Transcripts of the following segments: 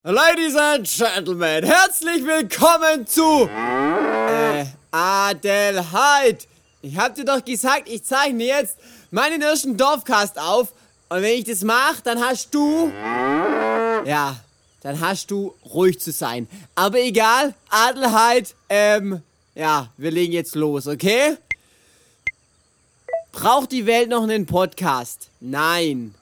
Ladies and Gentlemen, herzlich willkommen zu Adelheid. Ich hab dir doch gesagt, ich zeichne jetzt meinen ersten Dorfcast auf. Und wenn ich das mache, dann hast du ruhig zu sein. Aber egal, Adelheid, wir legen jetzt los, okay? Braucht die Welt noch einen Podcast? Nein.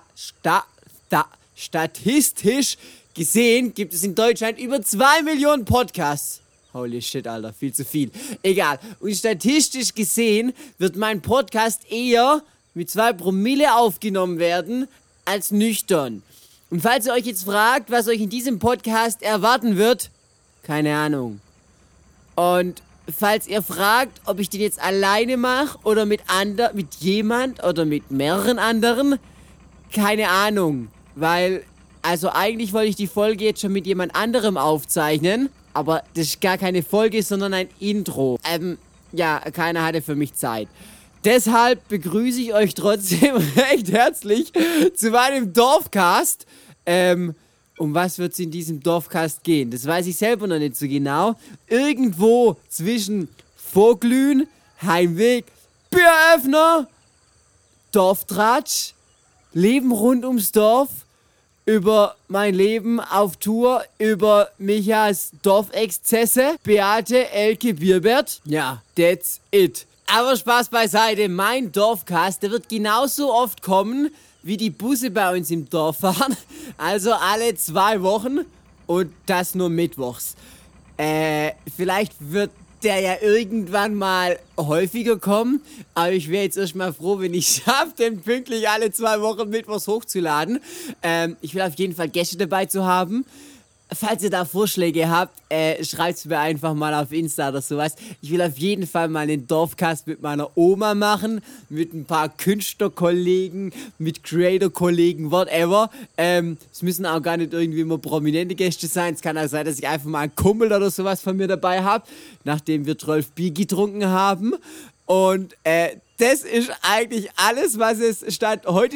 Statistisch gesehen gibt es in Deutschland über 2 Millionen Podcasts. Holy shit, Alter, viel zu viel. Egal. Und statistisch gesehen wird mein Podcast eher mit 2 Promille aufgenommen werden als nüchtern. Und falls ihr euch jetzt fragt, was euch in diesem Podcast erwarten wird, keine Ahnung. Und falls ihr fragt, ob ich den jetzt alleine mache oder mit jemand oder mit mehreren anderen, keine Ahnung. Weil, also eigentlich wollte ich die Folge jetzt schon mit jemand anderem aufzeichnen, aber das ist gar keine Folge, sondern ein Intro. Keiner hatte für mich Zeit. Deshalb begrüße ich euch trotzdem recht herzlich zu meinem Dorfcast. Um was wird es in diesem Dorfcast gehen? Das weiß ich selber noch nicht so genau. Irgendwo zwischen Vorglühen, Heimweg, Bieröffner, Dorftratsch, Leben rund ums Dorf, über mein Leben auf Tour, über Michas Dorfexzesse, Beate, Elke, Bierbert. Ja, that's it. Aber Spaß beiseite, mein Dorfcast, der wird genauso oft kommen, wie die Busse bei uns im Dorf fahren. Also alle 2 Wochen und das nur mittwochs. Vielleicht wird der ja irgendwann mal häufiger kommen, aber ich wäre jetzt erstmal froh, wenn ich schaffe, den pünktlich alle 2 Wochen mittwochs hochzuladen. Ich will auf jeden Fall Gäste dabei zu haben. Falls ihr da Vorschläge habt, schreibt es mir einfach mal auf Insta oder sowas. Ich will auf jeden Fall mal einen Dorfcast mit meiner Oma machen, mit ein paar Künstlerkollegen, mit Creator-Kollegen, whatever. Es müssen auch gar nicht irgendwie immer prominente Gäste sein. Es kann auch sein, dass ich einfach mal einen Kumpel oder sowas von mir dabei habe, nachdem wir 12 Bier getrunken haben. Und das ist eigentlich alles, was es heute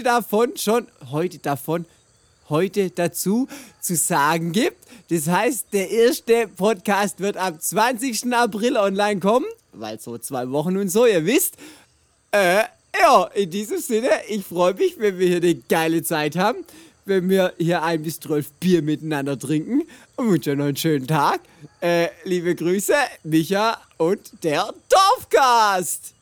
dazu zu sagen gibt. Das heißt, der erste Podcast wird am 20. April online kommen, weil so 2 Wochen und so, ihr wisst. In diesem Sinne, ich freue mich, wenn wir hier eine geile Zeit haben, wenn wir hier 1 bis 12 Bier miteinander trinken und wünsche euch noch einen schönen Tag. Liebe Grüße, Micha und der Dorfcast.